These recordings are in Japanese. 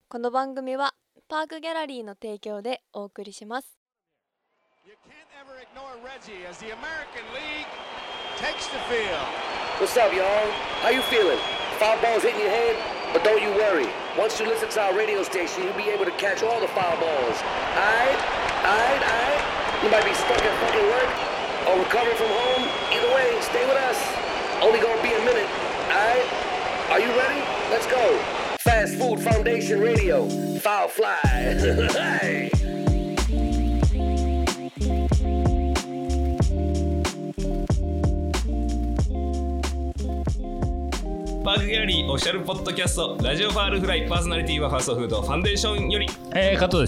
この番組はパークギャラリーの提供でお送りします。 What's up, y'all? How you feeling? Foul balls hitting your head? But don't you worry. Once you listen to our radio station, you'll be able to catch all the foul balls. Aight? You might be stuck at fucking work or recovering from home. Either way, stay with us. Only gonna be a minute. Aight? Are you ready? Let's go. Fast Food Foundation Radio. Foul fly. Hey. パークギャラリーオフィシャルポッドキャストラジオファールフライ、パーソナリティはファーストフードファンデーションより加藤です。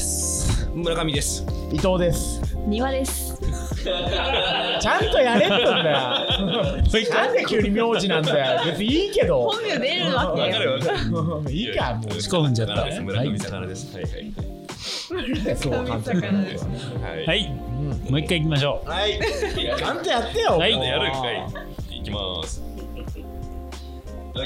村上です。 伊藤です。 庭です。 ちゃんとやれってんだよ。なんで急に名字なんだよ。別にいいけど。 本名出るわけ。 いいかもう。 仕込んじゃった。 村上魚です。はい。 そう簡単です。 はい。もう一回行きましょう。 はい。ちゃんとやってよ。 はい。 やるんかい。行きます。はい。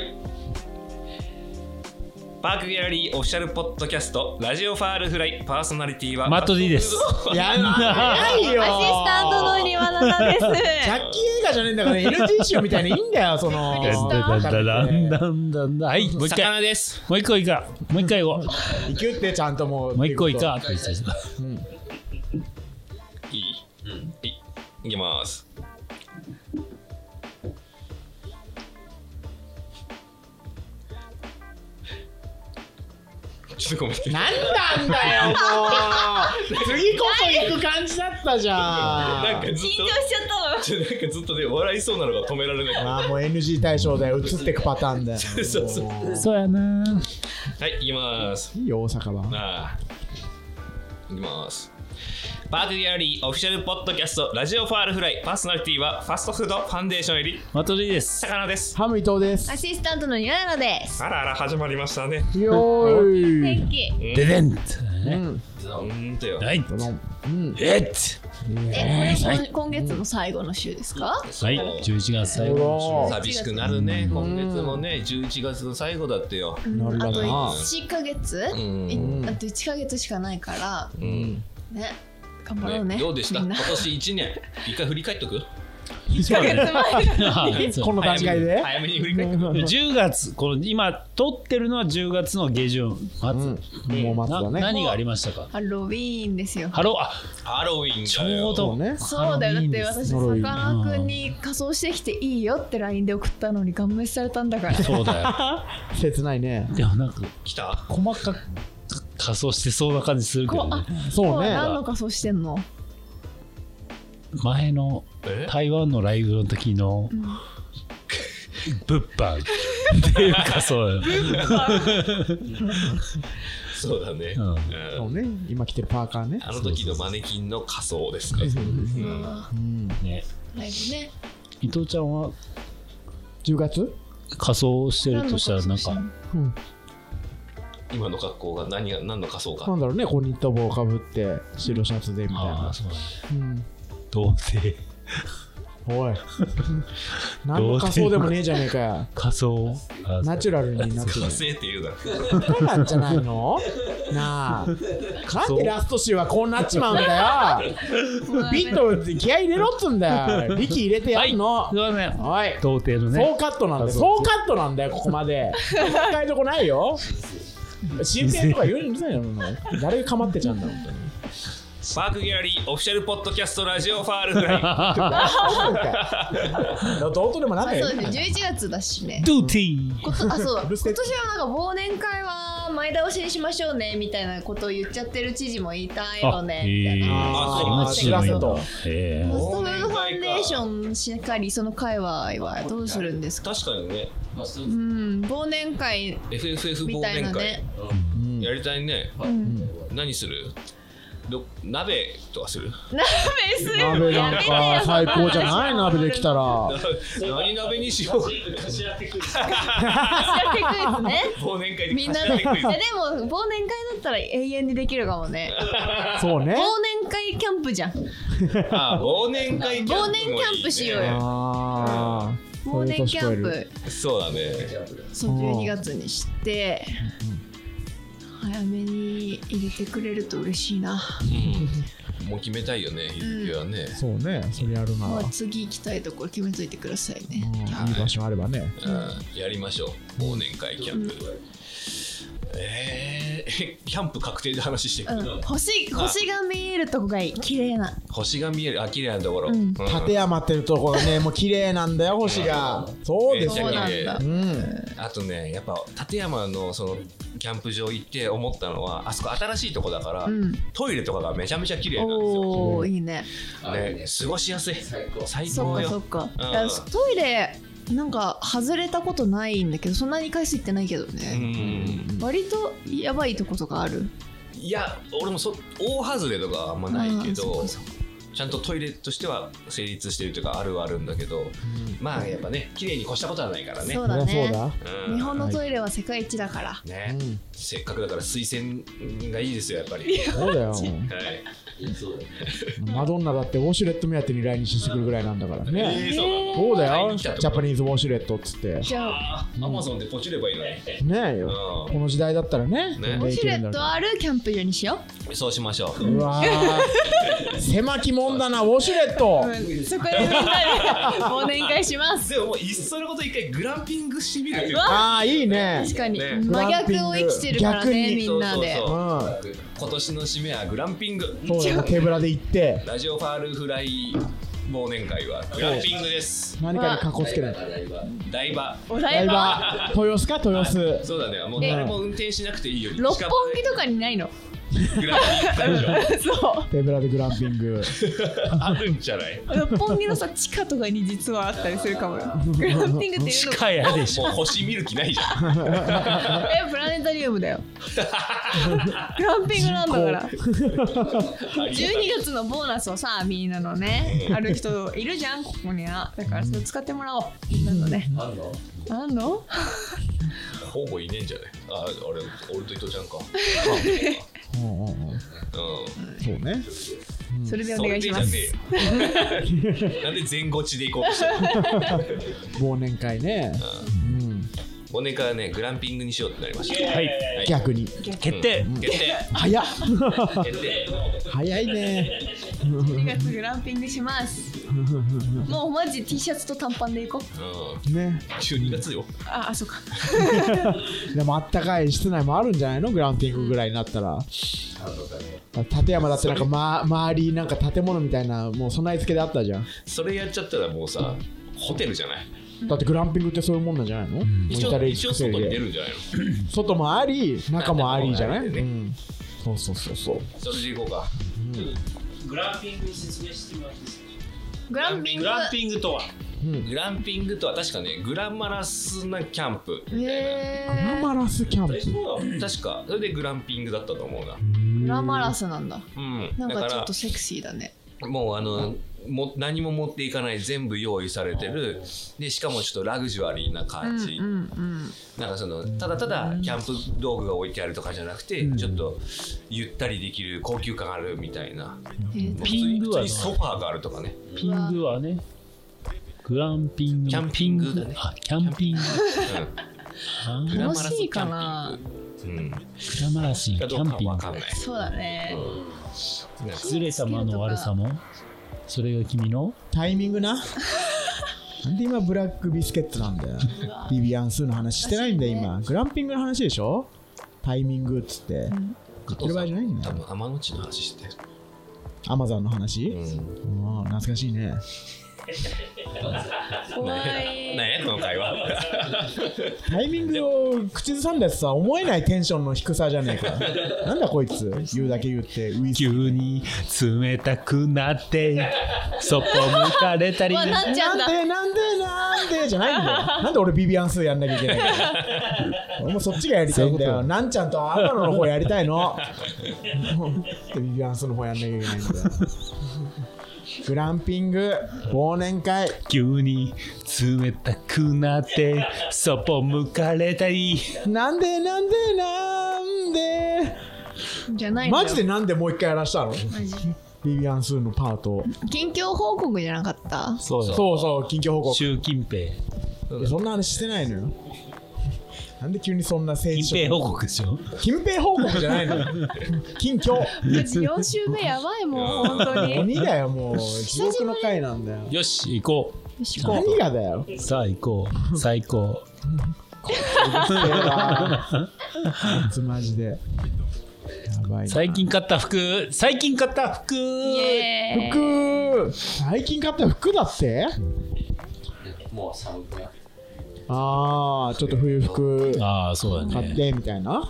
パークギャラリーオフィシャルポッドキャストラジオファールフライ、パーソナリティはマット D です。 やんないよ。 アシスタントの庭菜です。 ジャッキー映画じゃねえんだから NG 集みたいにいいんだよ。そのだんはい、もう一回魚です。 もう一個いいか、もう一回行こう。行くってちゃんともう一個いいかって言ってた。 いい。行きます。ちょっとごめん。 なんなんだよもう。次こそ行く感じだったじゃん。 なんかずっと緊張しちゃったの。なんかずっとね笑いそうなのが止められない。 ああもう NG 対象で移ってくパターンだよ。 そうやな。 はい、行きます。 いいよ大阪は。 行きます。パークギャラリーオフィシャルポッドキャストラジオファールフライ、パーソナリティはファストフードファンデーションよりマトリです。 魚です。 ハム伊藤です。 アシスタントの庭菜です。 あら始まりましたね。 よーい。 天気。 ででん。 とよ。 はい。 これ今月の最後の週ですか？ はい、11月最後の週。寂しくなるね。今月もね、11月の最後だってよ。 あと1ヶ月？あと1ヶ月しかないからね。頑張ろうね。 どうでした？今年1年一回振り返っとく ？1ヶ月前この段階で早めに振り返って 10月、この今撮ってるのは10月の下旬末、 もう末だね。 何がありましたか？ ハロウィーンですよ。 ハロウィーンちょうどね。 そうだよ。だって私さかなクンに仮装してきていいよって LINE で送ったのにガン無視されたんだから。 そうだよ。 切ないね。 でもなんか来た細かく仮装してそうな感じするけどね。 そうね。 何の仮装してんの？ 前の台湾のライブの時の物販っていう仮装よ。 そうだね。 そうね。今着てるパーカーね。 あの時のマネキンの仮装ですね。 ね。 ライブね。 伊藤ちゃんは 10月仮装してるとしたらなんか今の格好が何の仮装か。 なんだろうね。こうニット帽をかぶって白シャツでみたいな。 童貞。 おい。何の仮装でもねえじゃねえかよ。 仮装ナチュラルになってる。 仮装って言うな。 そうなんじゃないの？なあ。なんでラスト週はこうなっちまうんだよ。ビット気合い入れろっつんだよ。力入れてやるの。 そうね。 おい。 童貞のね。 総カットなんだよ。総カットなんだよここまで。使いどこないよ。新鮮とか言うんじゃないの？誰がかまってちゃうんだ本当に。 パークギャラリーオフィシャルポッドキャストラジオファールフライ。 どうとでもなんかよ。 そうですね。11月だしね。 ドゥーティー。 そうだ。今年はなんか忘年会は前倒しにしましょうねみたいなことを言っちゃってる知事もいたよねみたいな。 知らせと。 ファストフードファンデーションしっかりその会話はどうするんですか？ 確かにね。 忘年会 FFF 忘みたいな年会ね。 やりたいね。何する？鍋とかする？ 鍋する？ 鍋なんか最高じゃない？鍋できたら何鍋にしよう。 柱テクイズね。 忘年会でみんなで。でも忘年会だったら永遠にできるかもね。 そうね。 忘年会キャンプじゃん。 忘年会キャンプもいいね。 忘年キャンプしようよ。忘年キャンプ。 そうだね。 そう12月にして。 早めに入れてくれると嬉しいな。 もう決めたいよね、日付はね。 そうね、それやるなら、 次行きたいところ決めといてくださいね。 いい場所あればね。 やりましょう、忘年会キャンプ。キャンプ確定で話していく。 星が見えるとこがいい、綺麗な。 星が見える、綺麗なところ。 立山っていうところがね、もう綺麗なんだよ、星が。そうですよ。 あとね、やっぱ立山のそのキャンプ場行って思ったのは、あそこ新しいとこだから、トイレとかがめちゃめちゃ綺麗なんですよ。 おー、いいね。 過ごしやすい。最高よ。 そっか。トイレなんか外れたことないんだけど、そんなに回数いってないけどね。割とやばいとことかある？ いや、俺も大外れとかあんまないけど、ちゃんとトイレとしては成立してるというか、あるんだけど、まあやっぱね、綺麗に越したことはないからね。 そうだね。日本のトイレは世界一だからね。せっかくだから水洗がいいですよ、やっぱり。 そうだよ。マドンナだってウォシュレット目当てに来日してくるぐらいなんだからね。そうだよ、ジャパニーズウォシュレットっつって。 じゃあアマゾンでポチればいいのにねえよ、この時代だったらね。 ウォシュレットあるキャンプ場にしよう。そうしましょう。 うわー、狭きもんだな、ウォシュレット。 そこでみんなで忘年会します。 でももういっそのこと一回グランピングしてみる。 ああ、いいね。 確かに真逆を生きてるからね、みんなで。 今年の締めはグランピング。 そうだ、手ぶらで行ってラジオファールフライ忘年会はグランピングです。 何かにかっこつけない。 台場。 台場。 豊洲か、豊洲。 そうだね、もう誰も運転しなくていいよ。 六本木とかにないの？ グランピング会場。 そう。 手ぶらでグランピング。 あるんじゃない？ 六本木のさ、地下とかに実はあったりするかもよ。グランピングっていうの。 地下やでしょ。 もう星見る気ないじゃん。 プラネタリウムだよ。グランピングなんだから。12月のボーナスをさ、みんなのね、ある人いるじゃん、ここには。だからそれ使ってもらおう。みんなのね。あんの？ ほぼいねえんじゃない？俺と伊藤ちゃんか。 そうね。 それでお願いします。 なんで全ゴチで行こうとしたの？ 忘年会ね。 忘年会はね、グランピングにしようってなりました。 はい。 逆に決定。 早っ。 決定。 早いね。 2月グランピングします。もうマジ T シャツと短パンで行こう。ね。 12月よ。 あ、そうか。 でもあったかい室内もあるんじゃないの？グランピングぐらいになったら。立山だってなんか周りなんか建物みたいなもう備え付けであったじゃん。 それやっちゃったらもうさ、ホテルじゃない？ だってグランピングってそういうもんなんじゃないの？ 一応外に出るんじゃないの？ 外もあり中もありじゃない？そうそう。 それで行こうか。 グランピングに説明してもらっていいですか？ グランピングとは？ グランピングとは確かね、グラマラスなキャンプみたいな。 グラマラスキャンプ。 確かそれでグランピングだったと思うな。 グラマラスなんだ。なんかちょっとセクシーだね。 もう何も持っていかない、全部用意されてるで、しかもちょっとラグジュアリーな感じ。なんかただただキャンプ道具が置いてあるとかじゃなくて、ちょっとゆったりできる高級感あるみたいな。 ピングはソファーがあるとかね。 ピングはね、グランピング、 キャンピングだね。 キャンピング。 楽しいかな。 グラマラスにキャンピング。 そうだね。 ずれた間の悪さも、それが君のタイミングな。なんで今ブラックビスケットなんだよ。ビビアンスーの話してないんだよ今。グランピングの話でしょ。タイミングっつって言ってる場合じゃないんだよ。 多分天の地の話してる。 アマゾンの話？懐かしいね。 怖い。 ね、この会話。 タイミングを口ずさんだやつさ、思えないテンションの低さじゃねえか。なんだこいつ、言うだけ言って急に冷たくなってそっぽ向かれたりなんでじゃないんだよ。なんで俺ビビアンスーやんなきゃいけないんだよ。俺もそっちがやりたいんだよ。なんちゃんと天野の方やりたいの。ビビアンスーの方やんなきゃいけないんだよ。グランピング忘年会、 急に冷たくなってそっぽ向かれたり、 なんでじゃないマジでなんでもう一回やらしたの？ マジビビアンスーのパート。 近況報告じゃなかった？ そう近況報告。 習近平。 そんな話してないのよ。 なんで急にそんな政治近辺報告でしょ。 近辺報告じゃないの近況マジ4週目やばいもん本当に。 鬼だよもう地獄の回なんだよよし行こよし何がだよう。さあ行こう。最高。 マジでやばいな。 最近買った服。 イエーイ。 服最近買った服だってもう寒くなってああちょっと冬服ああそうだ買っね。 てみたいな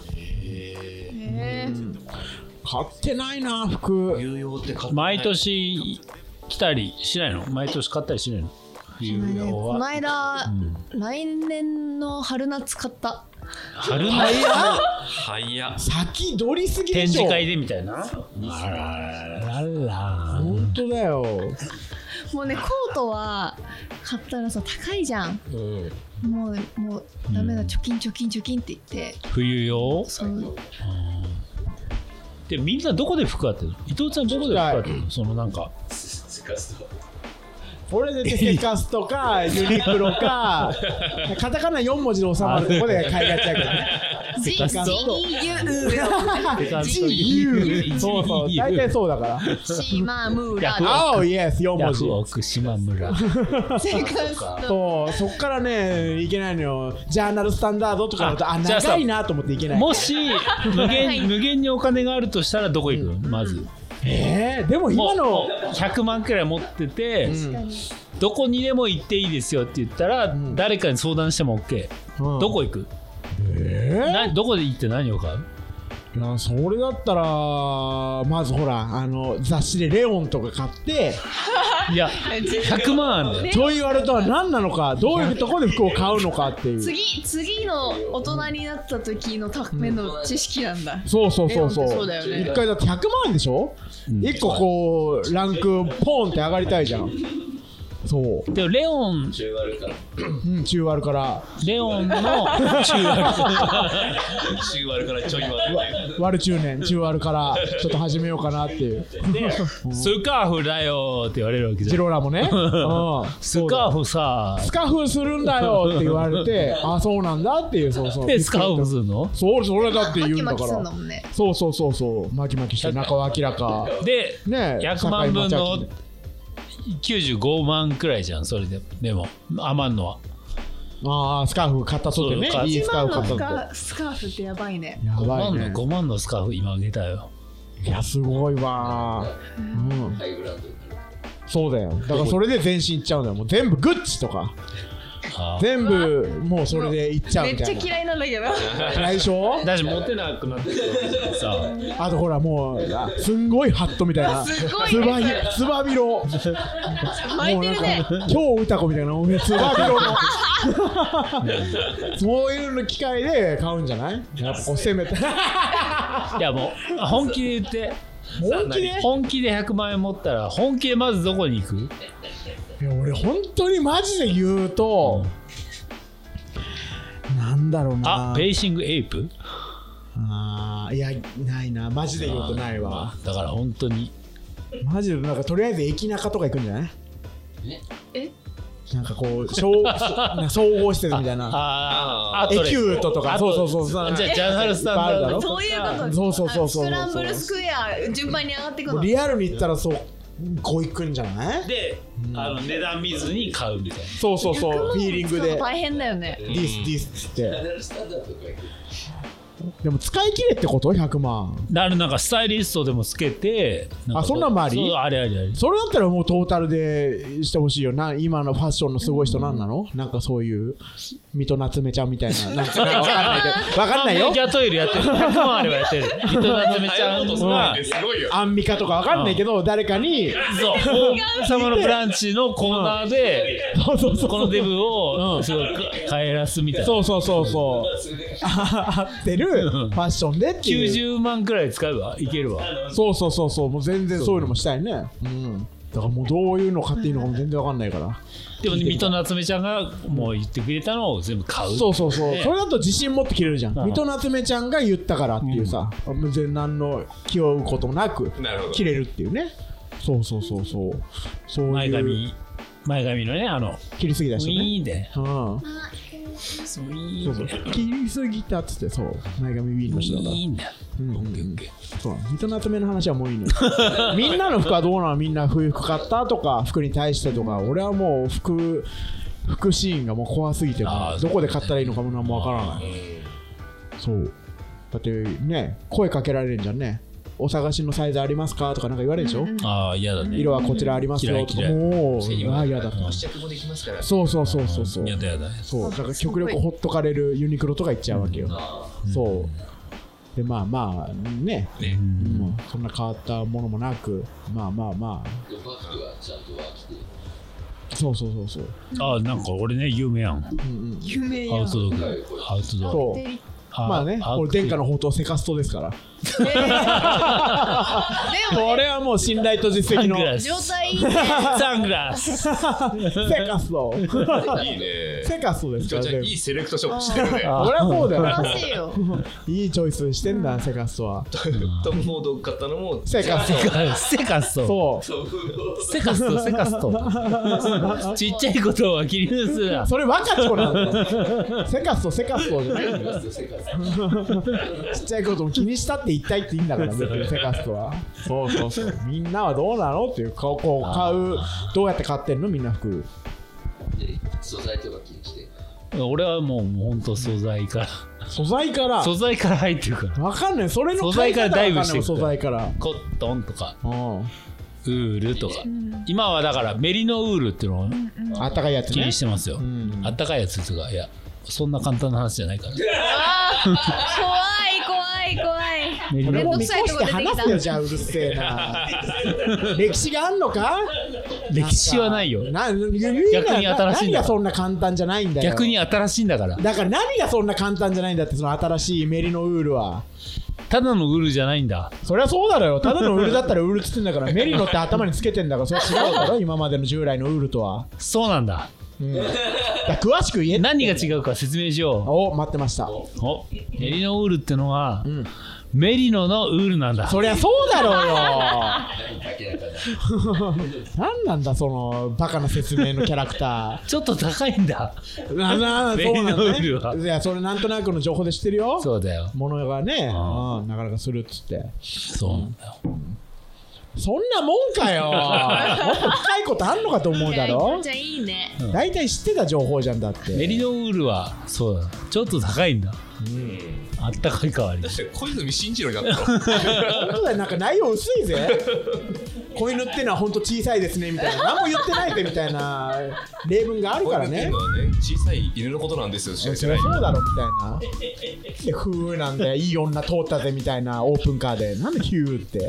買ってないな服有用って買って毎年来たりしないの？毎年買ったりしないの？冬用このは。 間、来年の春夏買った。 春夏早っ。 先取りすぎで展しょ示会でみたいな。あららら。 本当だよもうねコートは買ったらさ高いじゃん。もうダメだ貯金って言って。 冬用？ そうでみんなどこで服買ってるの？伊藤ちゃんどこで服買ってるの？そのなんかこれでセカスとかユニクロかカタカナ4文字で収まるとこで買いがちやけどね G カスト GU そうそう大体そうだから島村青イエス4文字ヤフオク島村。 セカスト。 そうそっからねいけないのよジャーナルスタンダードとかだとじゃあさ長いなと思っていけないもし無限にお金があるとしたらどこ行くの？まず。 でも今のもう100万くらい持ってて、どこにでも行っていいですよって言ったら、誰かに相談しても OK、どこ行く？どこで行って何を買う？ いやそれだったらまずほら雑誌でレオンとか買っていや100万あるんだよ。 ちょいワルとは何なのかどういうところで服を買うのかっていう次の大人になった時のための知識なんだ。 そうレオンってそうだよね一回だって100万でしょ、1個こうランクポンって上がりたいじゃんそうでもレオン中割るから中割るからレオンの中割中割るからちょい割る割る中年中割るからちょっと始めようかなっていうでスカーフだよって言われるわけじジゃん。 ローラもね、 スカーフさスカーフするんだよって言われてあそうなんだっていうそうでスカーフするの？ それだって言うんだ巻きからすんだもんね。 そう巻き巻きして中は明らかで、 ね 100万分の95万くらいじゃんそれでも余んのは。 ああスカーフ買ったとってねそういいスカー 1 フ買万ったとっのスカーフってやばいね。 てやばいね 5万のスカーフ今あげたよ。 いやすごいわーハイグラウンドそうだよだからそれで全身いっちゃうんだよもう全部グッチとかあ全部もうそれでいっちゃうめっちゃみたいな嫌いなんだけど。 嫌いでしょだしモテなくなってるわけじゃんさ。 あとほらもうすんごいハットみたいなすごいねつば広もう履いてるね。 超歌子みたいなつば広のそういうの機会で買うんじゃないやっぱこう攻めていやもう本気で言って本気で100万円持ったら本気でまずどこに行く？ いや俺本当にマジで言うと、なんだろうなベーシングエイプ？ いやないなマジで言うとないわだから本当にマジでなんかとりあえず駅中とか行くんじゃないえなんかこう総合施設みたいなエキュートとかそうじゃあジャーナルスタンダードそういうこと。 そうスクランブルスクエア順番に上がっていくの。 リアルに言ったらそうこう行くんじゃないで値段見ずに買うみたいな。 そうフィーリングで大変だよね。 ディスってでも使い切れってこと100万なんかスタイリストでもつけてなんかそんなんもありそうあれそれだったらもうトータルでしてほしいよな今のファッションのすごい人なんなのなんかそういう水戸夏目ちゃんみたいななんかわかんないよギャトイルやってる100万あればやってる水戸夏目ちゃんがすごいよアンミカとかわかんないけど誰かにそう王様のブランチのコーナーでそうこのデブをすごい帰らすみたいな。 そう合ってるファッションでっていう 90万くらい使えばいけるわ。 そうもう全然そういうのもしたいねだからもうどういうの買っていいのかも全然わかんないからでも水戸夏目ちゃんがもう言ってくれたのを全部買う。 そうそれだと自信持って着れるじゃん水戸夏目ちゃんが言ったからっていうさ全然何の気負うこともなく着れるっていうねそういう前髪のね切りすぎだしウィーねンでそういいそうそう切りすぎたっつってそう前髪ウィーンの人だからいいんだよ。 うんうんうんオッケーオッケー。 そう人の集めの話はもういいのよみんなの服はどうなのみんな服買ったとか服に対してとか俺はもう服シーンがもう怖すぎてもあーどこで買ったらいいのかも何もわからないそうだってね声かけられるんじゃんねお探しのサイズありますかとかなんか言われるでしょ、 ああ、嫌だね。 色はこちらありますよとか嫌いもう今嫌だった試着もできますから。 そうそうそうそうそう嫌だ嫌だ。 そうだから極力ほっとかれるユニクロとか行っちゃうわけよ、そうでまあまあね、 ね。 そんな変わったものもなくまあまあまあバッグはちゃんとは着てそうそうそうそうああ、なんか俺ね、有名やん。 有名やんアウトドア。アウトドア。 そうまあねあこれ殿下の宝刀セカストですからでもこれはもう信頼と実績のサングラス状態いいねサングラス。 セカストいいね。 セカストですからちょちゃんいいセレクトショップしてるね。 俺はそうだよ素晴らしいよいいチョイスしてんだセカストはトム・フォード買ったのもセカストセカスト。 そうセカスト、セカスト。ちっちゃいことは切り抜すな。 それ若ち子なんだよセカストじゃないんだよちっちゃいことも気にしたって言ったいっていいんだから別にセカストはそうそうそうみんなはどうなのっていうこう買うどうやって買ってんのみんな服で素材とか気にして俺はもうほんと素材から素材から素材から入ってるから。 わかんないそれの素材からダイブしていく素材からコットンとかうんウールとか。今はだからメリノウールっていうのをあったかいやつ気ねにしてますよ。あったかいやつとか、いや、そんな簡単な話じゃないから。 怖いメリノ俺も見越めんどくさいとしてこ出てきた話すよじゃあうるせえな歴史があんのか歴史はないよ。 逆逆に新しいんだ何がそんな簡単じゃないんだよ逆に新しいんだから。 だから何がそんな簡単じゃないんだってその新しいメリノウールはただのウールじゃないんだ。 そりゃそうだろよただのウールだったらウールっつってんだからメリノって頭につけてんだからそれは違うだろ今までの従来のウールとは、 そうなんだ。 だから詳しく言えって何が違うか説明しよお待ってましたう。おメリノウールってのは、メリノのウールなんだ。 そりゃそうだろうよ明らかな何なんだそのバカな説明のキャラクタちょっと高いんだ。 ーそうなんメリノウールはだねいやそれなんとなくの情報で知ってるよそうだよ。 ものがねなかなかするっつってそうなんだよ。 そんなもんかよもっと深いことあんのかと思うだろじゃあいいね大体知ってた情報じゃんだってメリノウールはそうだ。ちょっと高いんだ。あったかい代わりに。 小泉進次郎になったの。 本当だよなんか内容薄いぜ子犬ってのは本当小さいですねみたいな何も言ってないぜみたいな例文があるからねこういうのはね、小さい犬のことなんですよ。しかそりゃそうだろみたいなでふーなんだよいい女通ったぜみたいなオープンカーでなんでヒューって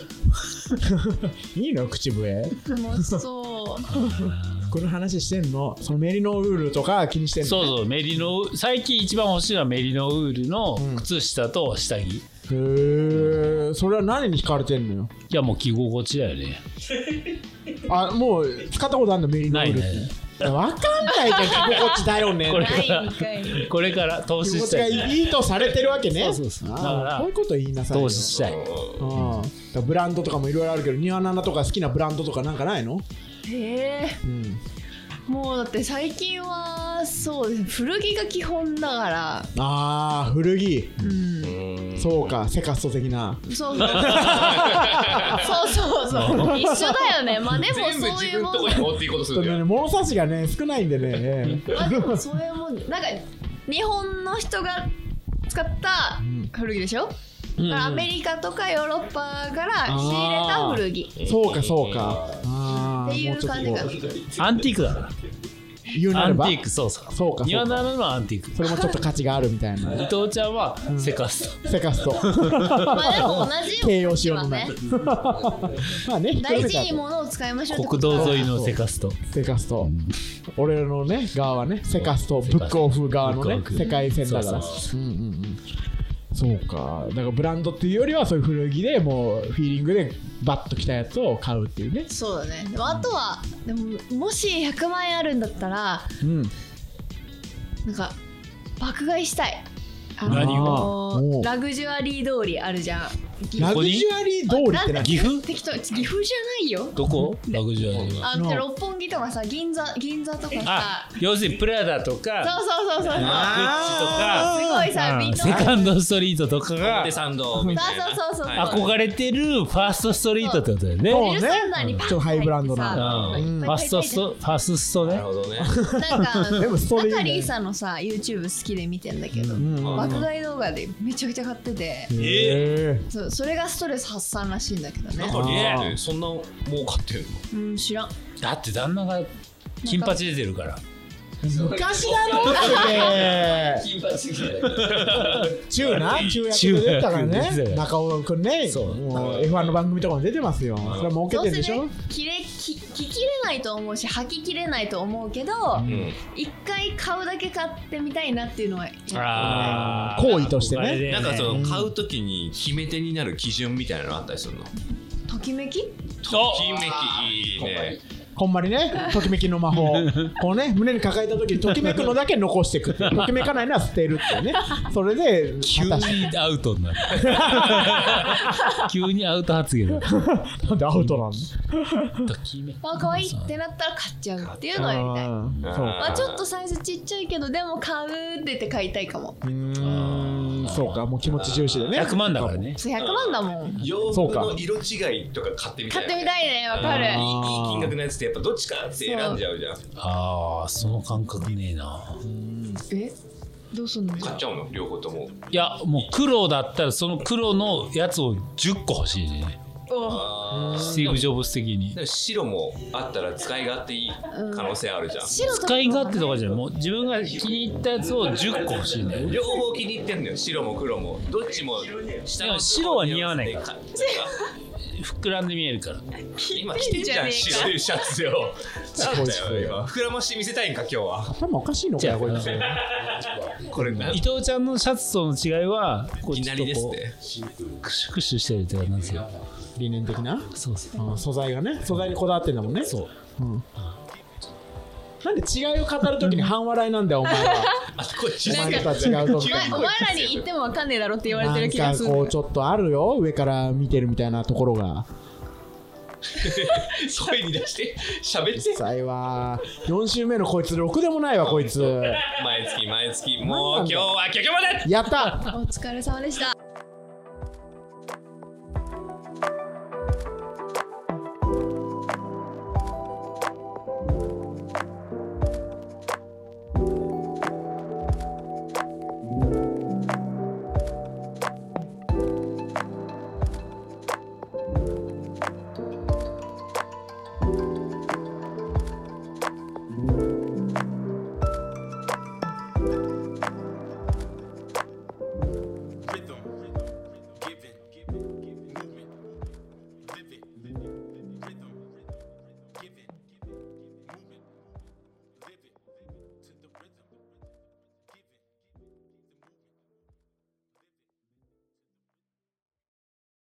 いいの口笛楽しそうこの話してんのそのメリノウールとか気にしてんのそうそう、メリノ最近一番欲しいのはメリノウールの靴下と下着。いへえそれは何に惹かれてんのよやもう着心地だよね。 あもう使ったことあるのメリノウールってないねわかんないじゃん着心地だよねこれないんかいこれから投着心地が資したい。 いいとされてるわけねそうそうそうあーだからこういうこと言いなさいよ投資したい。 だからブランドとかもいろいろあるけどニワナナとか好きなブランドとかなんかないのへえもうだって最近はそうです古着が基本だからあー古着そうかセカスト的なそうそう一緒だよねまあでも全部そういうもん自分のとこに持っていこうとするんだよ。 物差しがね少ないんでねまあでもそういうもんなんか日本の人が使った古着でしょ、アメリカとかヨーロッパから仕入れた古着そうかそうかあーっていう感じかなもうちょっとこアンティークだから。 言うなればアンティーク、そうそう。 そうかニワナナのアンティーク。 それもちょっと価値があるみたいな伊藤ちゃんはセカスト。 セカストまあでも同じよ形容しようのまあないねまあね大事に物を使いましょうってこ国と道沿いのセカスト。 セカスト俺のね側はねセカストブックオフ側のねブックオフ世界線だからそうそうかだからブランドっていうよりはそういう古着でもうフィーリングでバッときたやつを買うっていうねそうだねでもあとはでももし100万円あるんだったらなんか爆買いしたい何をラグジュアリー通りあるじゃんラグジュアリー通りって何？ 岐阜適当、岐阜じゃないよ。 どこラグジュアリーは。 六本木とかさ、銀座とかさ。 あ、要するにプラダとかそう。 グッチとかすごいさ、ビセカンドストリートとかが表参道みたいな。 そう。 憧れてるファーストストリートってことだよね。 ビルサンダーにパッちょっとハイブランドなファストストね。 なるほどね。 なんかでもストリート中リーさんのさ YouTube 好きで見てんだけど、爆買い動画でめちゃくちゃ買ってて、それがストレス発散らしいんだけどね。 なんかリーってそんな儲かってんの？ 知らん。 だって旦那が金八出てるから。 昔だろって金髪すぎない。 中役で出たから中役で出てたね、 よ中尾くんね、 そうもう F1 の番組とかも出てますよ。それは儲けどうせてるでしょ。 ね、聞きれないと思うし吐ききれないと思うけど、一回買うだけ買ってみたいなっていうのは行為としてね。 なんかその買うときに決め手になる基準みたいなのあったりするの？ ときめき？ ときめきいいね。 ほんまにね、ときめきの魔法。こうね、胸に抱えた時にときめくのだけ残していくっていう。ときめかないのは捨てるっていうね。それで急にアウトになる。急にアウト発言。 なんでアウトなんの？ ときめき。 可愛いってなったら買っちゃうっていうのをやりたい。 そうちょっとサイズちっちゃいけどでも買うって言って買いたいかも。 そうか、もう気持ち重視でね。 100万だからね。 100万だもん。 洋服の色違いとか買ってみたい。 買ってみたいね、わかる。 いい金額のやつってやっぱどっちかって選んじゃうじゃん。 ああ、その感覚ねえな。 どうすんの？ 買っちゃうの両方とも。 いや、もう黒だったらその黒のやつを10個欲しいね。スティーブ・ジョブズ的に。 白もあったら使い勝手いい可能性あるじゃん。 使い勝手とかじゃない、もう自分が気に入ったやつを10個欲しいんだよ。 両方気に入ってんのよ。白も黒もどっちも下の白は似合わないから。膨らんで見えるから。 今着てんじゃん、白いシャツよ。なんだよ今膨らまして見せたいんか今日は。 頭おかしいのかよこれ。 これ伊藤ちゃんのシャツとの違いはこういきなりですってクシュクシュしてるって感じなんですよ。 理念的なそうそう。 素材がね、素材にこだわってんだもんね。そう。なんで違いを語るときに半笑いなんだよお前は。お前とは違うとお前らに言ってもわかんねえだろって言われてる気がする。 なんかこうちょっとあるよ、上から見てるみたいなところが。 声に出して喋って。 実際は4週目のこいつろくでもないわこいつ。 毎月もう今日は今日まで。 やった。 お疲れ様でした。